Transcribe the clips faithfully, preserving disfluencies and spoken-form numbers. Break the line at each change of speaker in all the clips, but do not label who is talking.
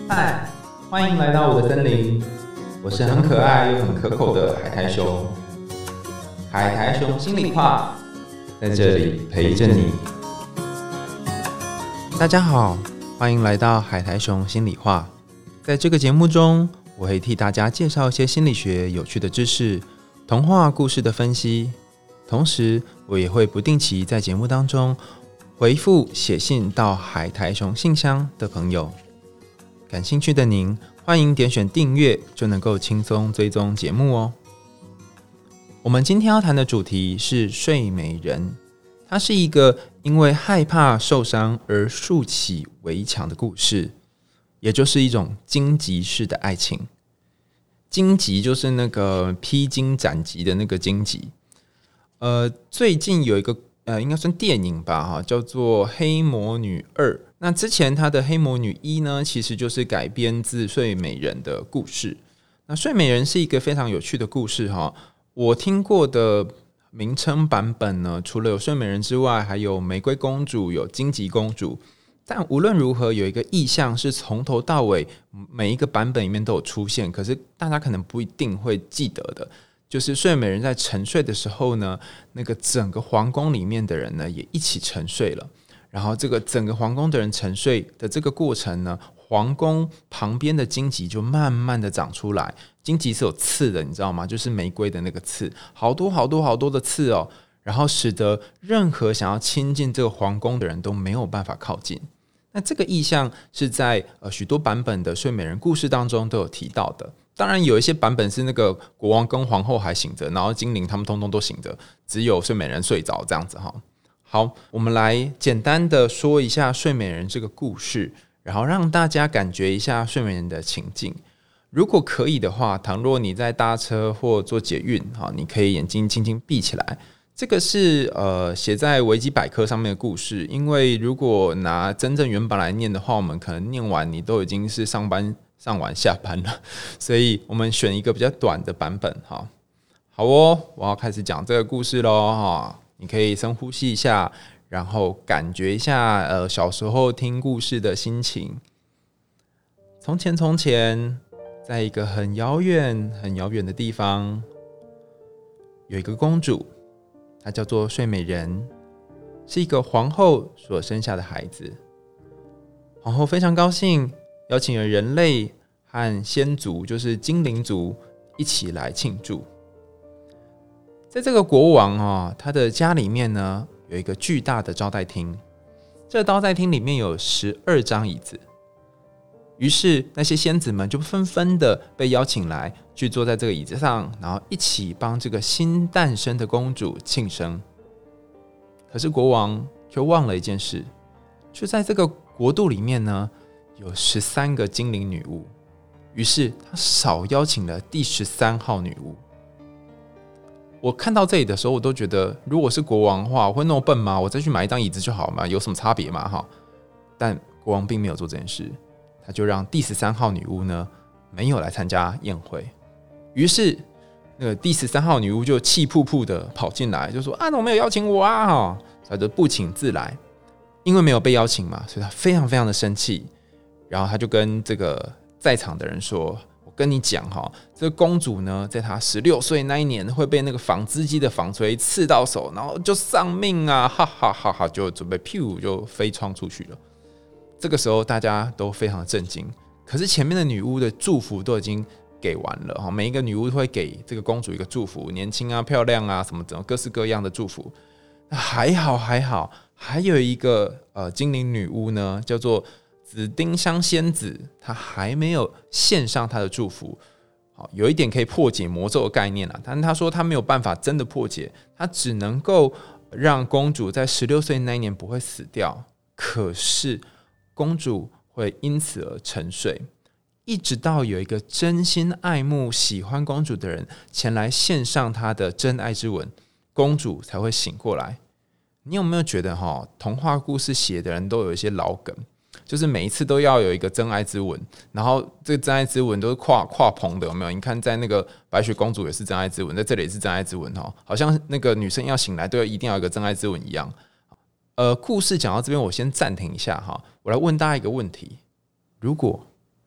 嗨，欢迎来到我的森林，我是很可爱又很可口的海苔熊。海苔熊心里话，在这里陪着你。大家好，欢迎来到海苔熊心里话。在这个节目中，我会替大家介绍一些心理学有趣的知识、童话故事的分析，同时我也会不定期在节目当中回复写信到海苔熊信箱的朋友。感兴趣的您，欢迎点选订阅，就能够轻松追踪节目哦。我们今天要谈的主题是睡美人，它是一个因为害怕受伤而筑起围墙的故事，也就是一种荆棘式的爱情。荆棘就是那个披荆斩棘的那个荆棘。呃，最近有一个呃，应该算电影吧，哈，叫做《黑魔女二》。那之前它的《黑魔女一》呢，其实就是改编自《睡美人》的故事。那《睡美人》是一个非常有趣的故事哈。我听过的名称版本呢，除了有《睡美人》之外，还有《玫瑰公主》、有《荆棘公主》。但无论如何，有一个意象是从头到尾每一个版本里面都有出现，可是大家可能不一定会记得的。就是睡美人在沉睡的时候呢，那个整个皇宫里面的人呢也一起沉睡了。然后这个整个皇宫的人沉睡的这个过程呢，皇宫旁边的荆棘就慢慢的长出来。荆棘是有刺的，你知道吗？就是玫瑰的那个刺，好多好多好多的刺哦。然后使得任何想要亲近这个皇宫的人都没有办法靠近。那这个意象是在呃许多版本的睡美人故事当中都有提到的。当然有一些版本是那个国王跟皇后还醒着，然后精灵他们通通都醒着，只有睡美人睡着这样子哈。好，我们来简单的说一下睡美人这个故事，然后让大家感觉一下睡美人的情境。如果可以的话，倘若你在搭车或坐捷运，你可以眼睛轻轻闭起来。这个是呃写在维基百科上面的故事，因为如果拿真正原版来念的话，我们可能念完你都已经是上班上完下班了，所以我们选一个比较短的版本。好，好哦，我要开始讲这个故事咯。你可以深呼吸一下，然后感觉一下呃小时候听故事的心情。从前从前，在一个很遥远很遥远的地方，有一个公主，她叫做睡美人，是一个皇后所生下的孩子。皇后非常高兴，邀请了人类和仙族，就是精灵族一起来庆祝。在这个国王哦，他的家里面呢有一个巨大的招待厅，这个招待厅里面有十二张椅子。于是那些仙子们就纷纷的被邀请来，去坐在这个椅子上，然后一起帮这个新诞生的公主庆生。可是国王却忘了一件事，就在这个国度里面呢，有十三个精灵女巫，于是他少邀请了第十三号女巫。我看到这里的时候，我都觉得，如果是国王的话，我会那么笨吗？我再去买一张椅子就好嘛，有什么差别吗？但国王并没有做这件事，他就让第十三号女巫呢没有来参加宴会。于是那个第十三号女巫就气扑扑的跑进来，就说啊，怎么没有邀请我啊？他就不请自来，因为没有被邀请嘛，所以他非常非常的生气。然后他就跟这个在场的人说，我跟你讲哈，这个公主呢，在她十六岁那一年会被那个纺织机的纺锤刺到手，然后就丧命啊，哈哈哈哈，就准备噗就飞窗出去了。这个时候大家都非常的震惊，可是前面的女巫的祝福都已经给完了，每一个女巫会给这个公主一个祝福，年轻啊、漂亮啊，什么各式各样的祝福。还好还好，还有一个呃精灵女巫呢，叫做紫丁香仙子，她还没有献上她的祝福。好，有一点可以破解魔咒的概念啦，但她说她没有办法真的破解，她只能够让公主在十六岁那一年不会死掉，可是公主会因此而沉睡，一直到有一个真心爱慕喜欢公主的人前来献上他的真爱之吻，公主才会醒过来。你有没有觉得童话故事写的人都有一些老梗，就是每一次都要有一个真爱之吻，然后这个真爱之吻都是跨跨棚的，有没有？你看在那个白雪公主也是真爱之吻，在这里也是真爱之吻，好像那个女生要醒来都要一定要有一个真爱之吻一样。呃，故事讲到这边我先暂停一下哈，我来问大家一个问题：如果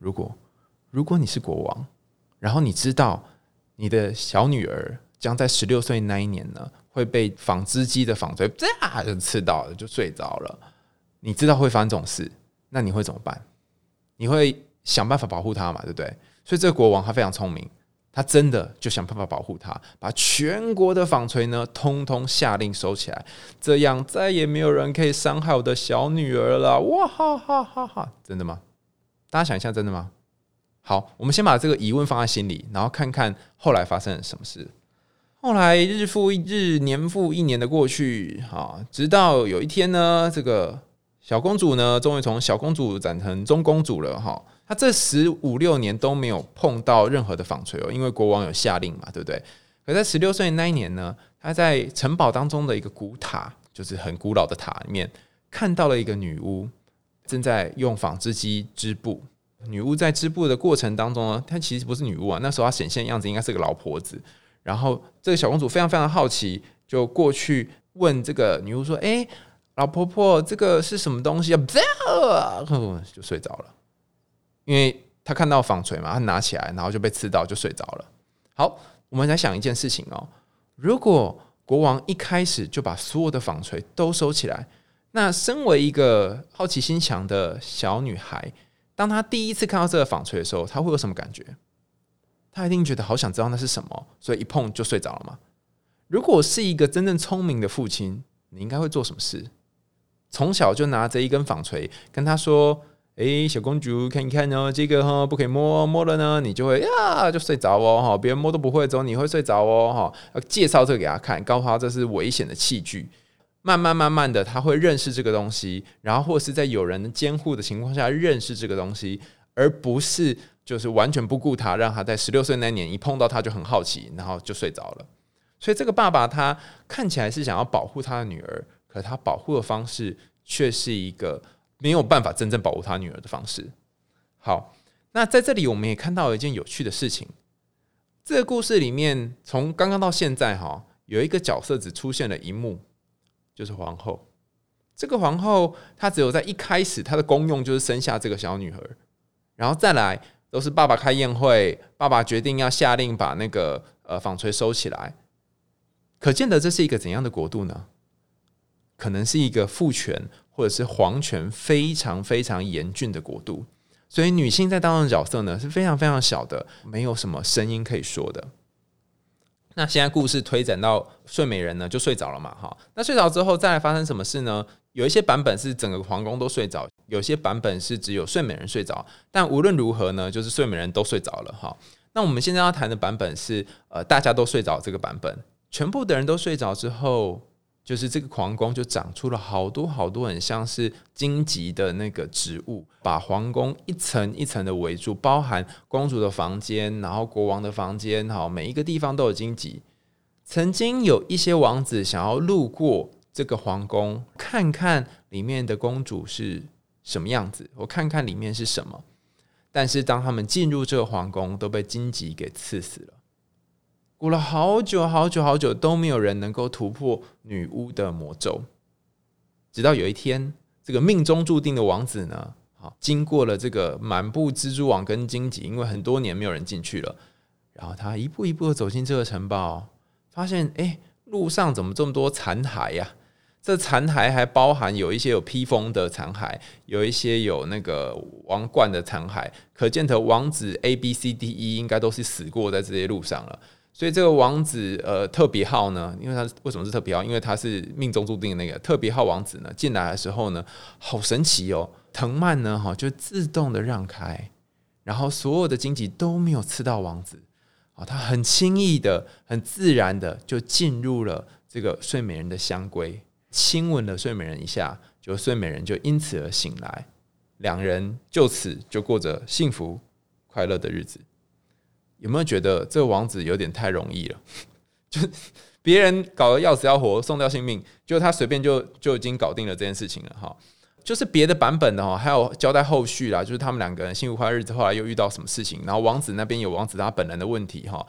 如果如果你是国王，然后你知道你的小女儿将在十六岁那一年呢会被纺织机的纺锤这样就刺到了，就睡着了，你知道会发生这种事，那你会怎么办？你会想办法保护她嘛，对不对？所以这个国王他非常聪明，他真的就想办法保护她，把全国的纺锤呢通通下令收起来，这样再也没有人可以伤害我的小女儿了。哇哈哈哈哈！真的吗？大家想一下，真的吗？好，我们先把这个疑问放在心里，然后看看后来发生了什么事。后来日复一日，年复一年的过去，直到有一天呢，这个小公主呢，终于从小公主长成中公主了哈。她这十五六年都没有碰到任何的纺锤哦，因为国王有下令嘛，对不对？可在十六岁那一年呢，她在城堡当中的一个古塔，就是很古老的塔里面，看到了一个女巫正在用纺织机织布。女巫在织布的过程当中呢，她其实不是女巫啊，那时候她显现的样子应该是个老婆子。然后这个小公主非常非常好奇，就过去问这个女巫说：“哎，老婆婆，这个是什么东西啊？”就睡着了，因为她看到纺锤嘛，她拿起来，然后就被刺到，就睡着了。好，我们来想一件事情哦，如果国王一开始就把所有的纺锤都收起来，那身为一个好奇心强的小女孩，当她第一次看到这个纺锤的时候，她会有什么感觉？她一定觉得好想知道那是什么，所以一碰就睡着了嘛。如果是一个真正聪明的父亲，你应该会做什么事？从小就拿着一根纺锤跟她说：“哎，小公主，看一看哦，这个不可以摸，摸了呢，你就会呀就睡着哦，别人摸都不会，只有你会睡着哦。”要介绍这个给她看，告诉她这是危险的器具。慢慢慢慢的，他会认识这个东西，然后或是在有人监护的情况下认识这个东西，而不是就是完全不顾他，让他在十六岁那年一碰到他就很好奇，然后就睡着了。所以这个爸爸他看起来是想要保护他的女儿，可他保护的方式却是一个没有办法真正保护他女儿的方式。好，那在这里我们也看到了一件有趣的事情。这个故事里面，从刚刚到现在哈，有一个角色只出现了一幕。就是皇后，这个皇后她只有在一开始，她的功用就是生下这个小女儿，然后再来都是爸爸开宴会，爸爸决定要下令把那个呃纺锤收起来。可见得这是一个怎样的国度呢？可能是一个父权或者是皇权非常非常严峻的国度，所以女性在当中的角色呢是非常非常小的，没有什么声音可以说的。那现在故事推展到睡美人呢就睡着了嘛，那睡着之后再来发生什么事呢？有一些版本是整个皇宫都睡着，有些版本是只有睡美人睡着，但无论如何呢，就是睡美人都睡着了。那我们现在要谈的版本是、呃、大家都睡着这个版本，全部的人都睡着之后，就是这个皇宫就长出了好多好多很像是荆棘的那个植物，把皇宫一层一层的围住，包含公主的房间，然后国王的房间，每一个地方都有荆棘。曾经有一些王子想要路过这个皇宫，看看里面的公主是什么样子，我看看里面是什么，但是当他们进入这个皇宫，都被荆棘给刺死了。过了好久好久好久都没有人能够突破女巫的魔咒，直到有一天，这个命中注定的王子呢，经过了这个满布蜘蛛网跟荆棘，因为很多年没有人进去了，然后他一步一步的走进这个城堡，发现哎，路上怎么这么多残骸呀、啊？这残骸还包含有一些有披风的残骸，有一些有那个王冠的残骸，可见得王子 A B C D E 应该都是死过在这些路上了。所以这个王子呃特别号呢，因为他为什么是特别号？因为他是命中注定的那个特别号王子呢，进来的时候呢，好神奇哦！藤蔓呢就自动的让开，然后所有的荆棘都没有刺到王子，他很轻易的、很自然的就进入了这个睡美人的香闺，亲吻了睡美人一下，就睡美人就因此而醒来，两人就此就过着幸福快乐的日子。有没有觉得这个王子有点太容易了？就别人搞得要死要活，送掉性命，就他随便就就已经搞定了这件事情了哈。就是别的版本的还有交代后续啦，就是他们两个人幸福快乐日子后来又遇到什么事情，然后王子那边有王子他本人的问题哈，我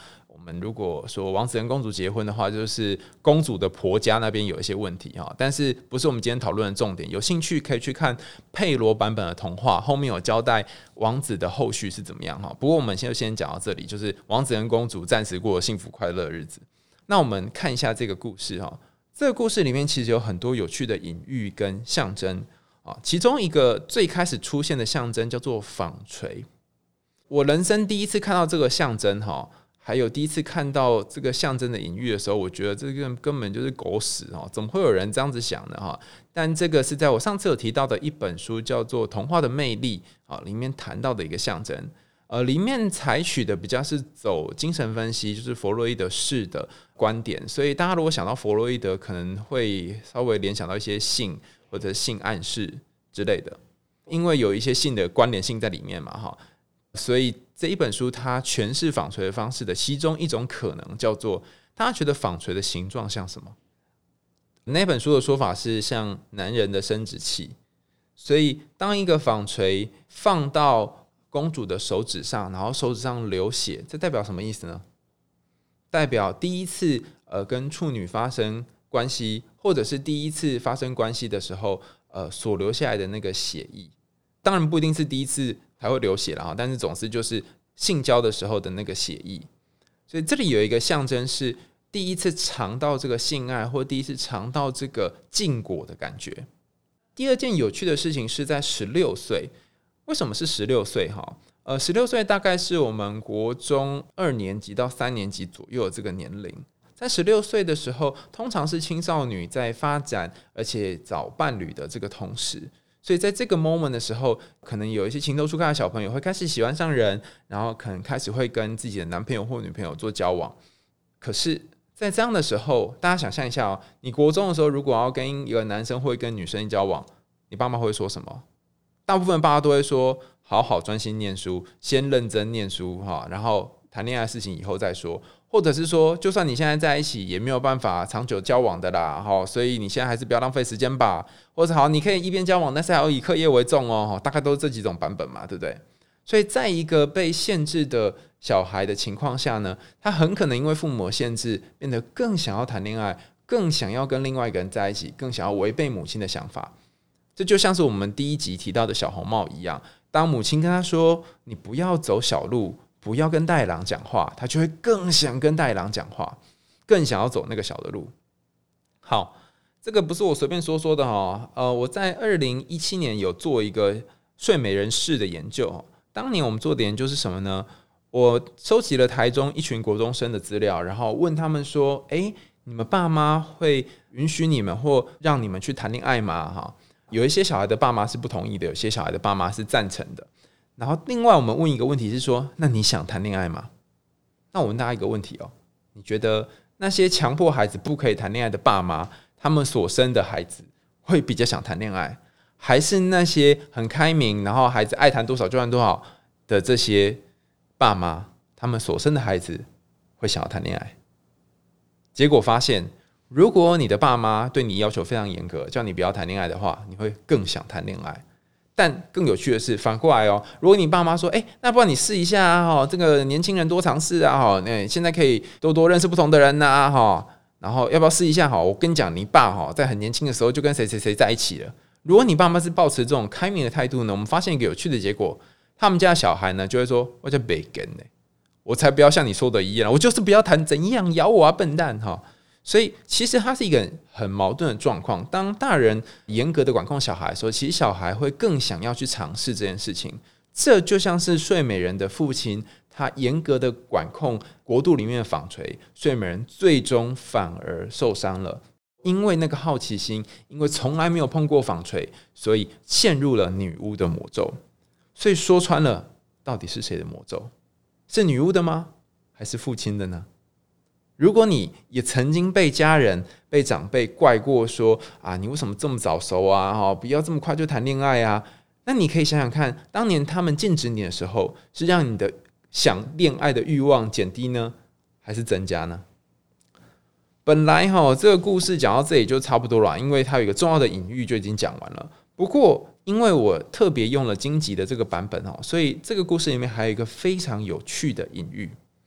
们如果说王子跟公主结婚的话，就是公主的婆家那边有一些问题，但是不是我们今天讨论的重点。有兴趣可以去看佩罗版本的童话，后面有交代王子的后续是怎么样。不过我们先先讲到这里，就是王子跟公主暂时过幸福快乐的日子。那我们看一下这个故事，这个故事里面其实有很多有趣的隐喻跟象征，其中一个最开始出现的象征叫做纺锤。我人生第一次看到这个象征，还有第一次看到这个象征的隐喻的时候，我觉得这个根本就是狗屎，怎么会有人这样子想呢？但这个是在我上次有提到的一本书叫做《童话的魅力》里面谈到的一个象征。呃，里面采取的比较是走精神分析，就是弗洛伊德式的观点，所以大家如果想到弗洛伊德，可能会稍微联想到一些性或者性暗示之类的，因为有一些性的关联性在里面嘛，所以这一本书它诠释纺锤的方式的其中一种可能叫做，大家觉得纺锤的形状像什么？那本书的说法是像男人的生殖器，所以当一个纺锤放到公主的手指上，然后手指上流血，这代表什么意思呢？代表第一次呃跟处女发生关系，或者是第一次发生关系的时候，呃所留下来的那个血液。当然不一定是第一次才会流血啦，但是总之就是性交的时候的那个血液。所以这里有一个象征是第一次尝到这个性爱，或第一次尝到这个禁果的感觉。第二件有趣的事情是在十六岁。为什么是十六岁？呃，十六岁大概是我们国中二年级到三年级左右的这个年龄。在十六岁的时候，通常是青少女在发展而且找伴侣的这个同时，所以在这个 moment 的时候，可能有一些情窦初开的小朋友会开始喜欢上人，然后可能开始会跟自己的男朋友或女朋友做交往。可是在这样的时候，大家想象一下哦，你国中的时候如果要跟一个男生或跟女生交往，你爸妈会说什么？大部分爸妈都会说好好专心念书，先认真念书，然后谈恋爱的事情以后再说，或者是说就算你现在在一起也没有办法长久交往的啦，所以你现在还是不要浪费时间吧，或者好你可以一边交往但是还要以课业为重哦，大概都是这几种版本嘛，对不对？所以在一个被限制的小孩的情况下呢，他很可能因为父母的限制变得更想要谈恋爱，更想要跟另外一个人在一起，更想要违背母亲的想法。这就像是我们第一集提到的小红帽一样，当母亲跟他说你不要走小路，不要跟大野狼讲话，他就会更想跟大野狼讲话，更想要走那个小的路。好，这个不是我随便说说的哈，呃，我在二零一七年有做一个睡美人式的研究。当年我们做的研究是什么呢？我收集了台中一群国中生的资料，然后问他们说，哎，你们爸妈会允许你们或让你们去谈恋爱吗？哈。有一些小孩的爸妈是不同意的，有些小孩的爸妈是赞成的。然后另外我们问一个问题是说，那你想谈恋爱吗？那我问大家一个问题哦，你觉得那些强迫孩子不可以谈恋爱的爸妈，他们所生的孩子会比较想谈恋爱，还是那些很开明，然后孩子爱谈多少就谈多少的这些爸妈，他们所生的孩子会想要谈恋爱？结果发现，如果你的爸妈对你要求非常严格，叫你不要谈恋爱的话，你会更想谈恋爱。但更有趣的是，反过来哦，如果你爸妈说，哎，那不然你试一下啊，这个年轻人多尝试啊，现在可以多多认识不同的人呐，然后要不要试一下？我跟你讲，你爸在很年轻的时候就跟谁谁谁在一起了。如果你爸妈是抱持这种开明的态度呢，我们发现一个有趣的结果，他们家的小孩呢就会说，我叫北根呢，我才不要像你说的一样，我就是不要谈怎样咬我啊，笨蛋哈。所以其实它是一个很矛盾的状况。当大人严格的管控小孩的时候，其实小孩会更想要去尝试这件事情。这就像是睡美人的父亲，他严格的管控国度里面的纺锤，睡美人最终反而受伤了，因为那个好奇心，因为从来没有碰过纺锤，所以陷入了女巫的魔咒。所以说穿了，到底是谁的魔咒？是女巫的吗？还是父亲的呢？如果你也曾经被家人、被长辈怪过说啊，你为什么这么早熟啊？不要这么快就谈恋爱啊？那你可以想想看，当年他们禁止你的时候，是让你的想恋爱的欲望减低呢，还是增加呢？本来这个故事讲到这里就差不多了，因为它有一个重要的隐喻就已经讲完了。不过因为我特别用了荆棘的这个版本，所以这个故事里面还有一个非常有趣的隐喻。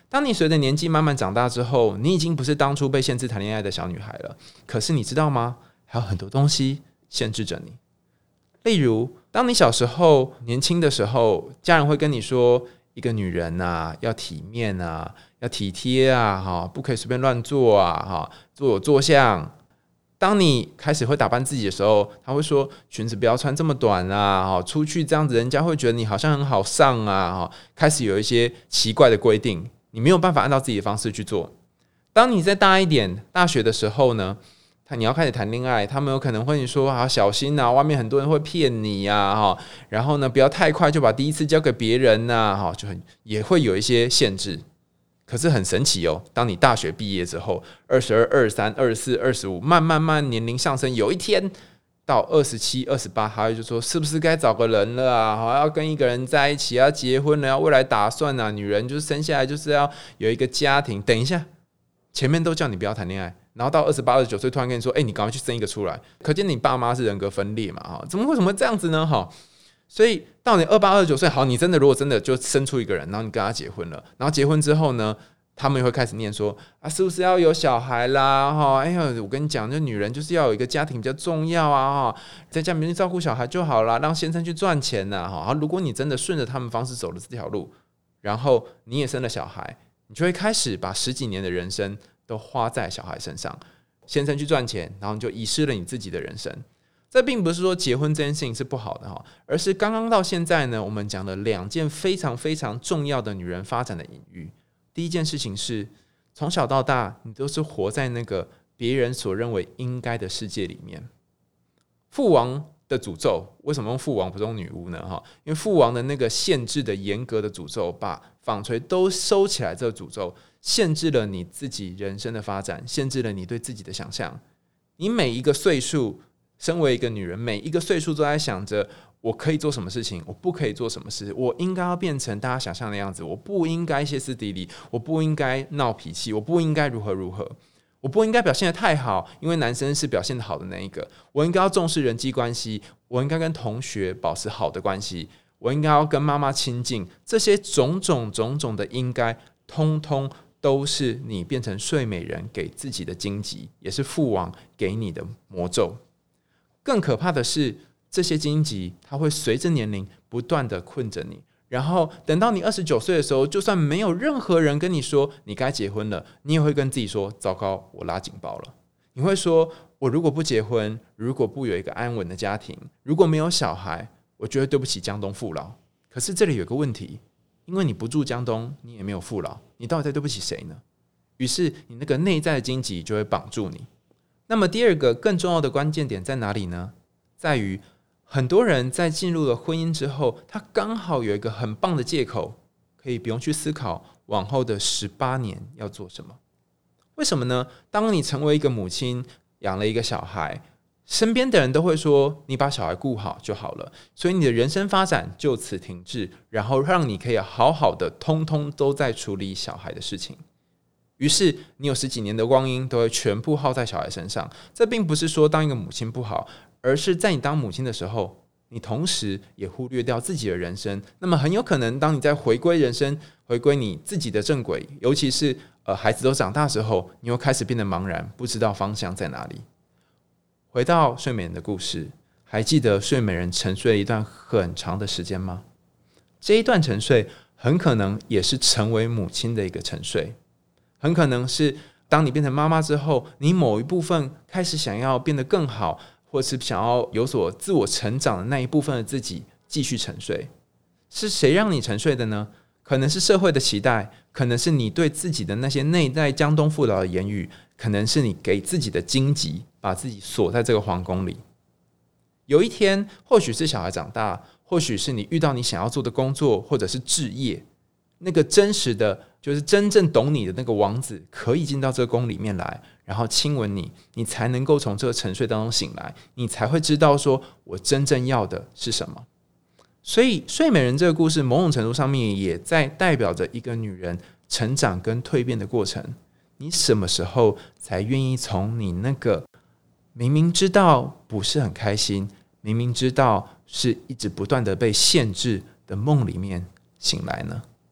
当你随着年纪慢慢长大之后，你已经不是当初被限制谈恋爱的小女孩了。可是你知道吗？还有很多东西限制着你。例如，当你小时候年轻的时候，家人会跟你说，一个女人啊，要体面啊，要体贴啊，不可以随便乱做啊，坐有坐相。当你开始会打扮自己的时候，他会说裙子不要穿这么短啊，出去这样子人家会觉得你好像很好上啊，开始有一些奇怪的规定，你没有办法按照自己的方式去做。当你再大一点，大学的时候呢，你要开始谈恋爱，他们有可能会说啊，小心啊，外面很多人会骗你啊，然后呢，不要太快就把第一次交给别人啊，就很也会有一些限制。可是很神奇哦，当你大学毕业之后，二十二、二十三、二十四、二十五，慢慢慢年龄上升，有一天到二十七、二十八，他就说是不是该找个人了啊？要跟一个人在一起，要结婚了，要未来打算啊。女人就是生下来就是要有一个家庭。等一下，前面都叫你不要谈恋爱，然后到二十八、二十九岁突然跟你说，哎、欸，你赶快去生一个出来，可见你爸妈是人格分裂嘛？怎么为什么会这样子呢？哈。所以到你二八二十九岁，好，你真的如果真的就生出一个人，然后你跟他结婚了，然后结婚之后呢，他们也会开始念说啊，是不是要有小孩啦？哈，哎呀，我跟你讲，这女人就是要有一个家庭比较重要啊，哈，在家里面照顾小孩就好啦，让先生去赚钱呐，哈。如果你真的顺着他们方式走了这条路，然后你也生了小孩，你就会开始把十几年的人生都花在小孩身上，先生去赚钱，然后你就遗失了你自己的人生。这并不是说结婚这件事情是不好的，而是刚刚到现在呢，我们讲了两件非常非常重要的女人发展的隐喻。第一件事情是，从小到大你都是活在那个别人所认为应该的世界里面。父王的诅咒，为什么用父王不是用女巫呢？因为父王的那个限制的严格的诅咒，把纺锤都收起来，这个诅咒限制了你自己人生的发展，限制了你对自己的想象。你每一个岁数，身为一个女人，每一个岁数都在想着我可以做什么事情，我不可以做什么事，我应该要变成大家想象的样子，我不应该歇斯底里，我不应该闹脾气，我不应该如何如何，我不应该表现得太好，因为男生是表现得好的那一个，我应该要重视人际关系，我应该跟同学保持好的关系，我应该要跟妈妈亲近，这些种种种种的应该，通通都是你变成睡美人给自己的荆棘，也是父王给你的魔咒。更可怕的是，这些荆棘它会随着年龄不断的困着你，然后等到你二十九岁的时候，就算没有任何人跟你说你该结婚了，你也会跟自己说糟糕，我拉警报了。你会说，我如果不结婚，如果不有一个安稳的家庭，如果没有小孩，我觉得对不起江东父老。可是这里有个问题，因为你不住江东，你也没有父老，你到底在对不起谁呢？于是你那个内在的荆棘就会绑住你。那么第二个更重要的关键点在哪里呢？在于很多人在进入了婚姻之后，他刚好有一个很棒的借口，可以不用去思考往后的十八年要做什么。为什么呢？当你成为一个母亲，养了一个小孩，身边的人都会说你把小孩顾好就好了，所以你的人生发展就此停滞，然后让你可以好好的通通都在处理小孩的事情。于是你有十几年的光阴都会全部耗在小孩身上。这并不是说当一个母亲不好，而是在你当母亲的时候，你同时也忽略掉自己的人生。那么很有可能当你在回归人生，回归你自己的正轨，尤其是呃孩子都长大之后，你又开始变得茫然，不知道方向在哪里。回到睡美人的故事，还记得睡美人沉睡了一段很长的时间吗？这一段沉睡很可能也是成为母亲的一个沉睡，很可能是当你变成妈妈之后，你某一部分开始想要变得更好，或是想要有所自我成长的那一部分的自己继续沉睡。是谁让你沉睡的呢？可能是社会的期待，可能是你对自己的那些内在江东父老的言语，可能是你给自己的荆棘，把自己锁在这个皇宫里。有一天，或许是小孩长大，或许是你遇到你想要做的工作，或者是志业，那个真实的就是真正懂你的那个王子可以进到这个宫里面来，然后亲吻你，你才能够从这个沉睡当中醒来，你才会知道说我真正要的是什么。所以睡美人这个故事某种程度上面也在代表着一个女人成长跟蜕变的过程。你什么时候才愿意从你那个明明知道不是很开心，明明知道是一直不断的被限制的梦里面醒来呢？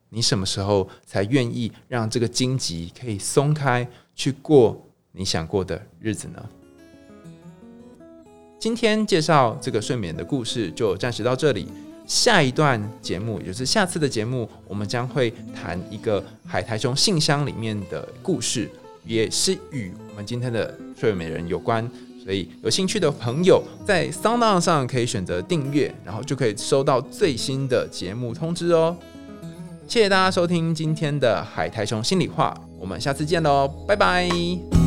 你什么时候才愿意让这个荆棘可以松开，去过你想过的日子呢？今天介绍这个睡眠的故事就暂时到这里。下一段节目，也就是下次的节目，我们将会谈一个海苔熊信箱里面的故事，也是与我们今天的睡美人有关。所以有兴趣的朋友在 SoundOn 上可以选择订阅，然后就可以收到最新的节目通知哦。谢谢大家收听今天的海苔熊心里话，我们下次见喽，拜拜。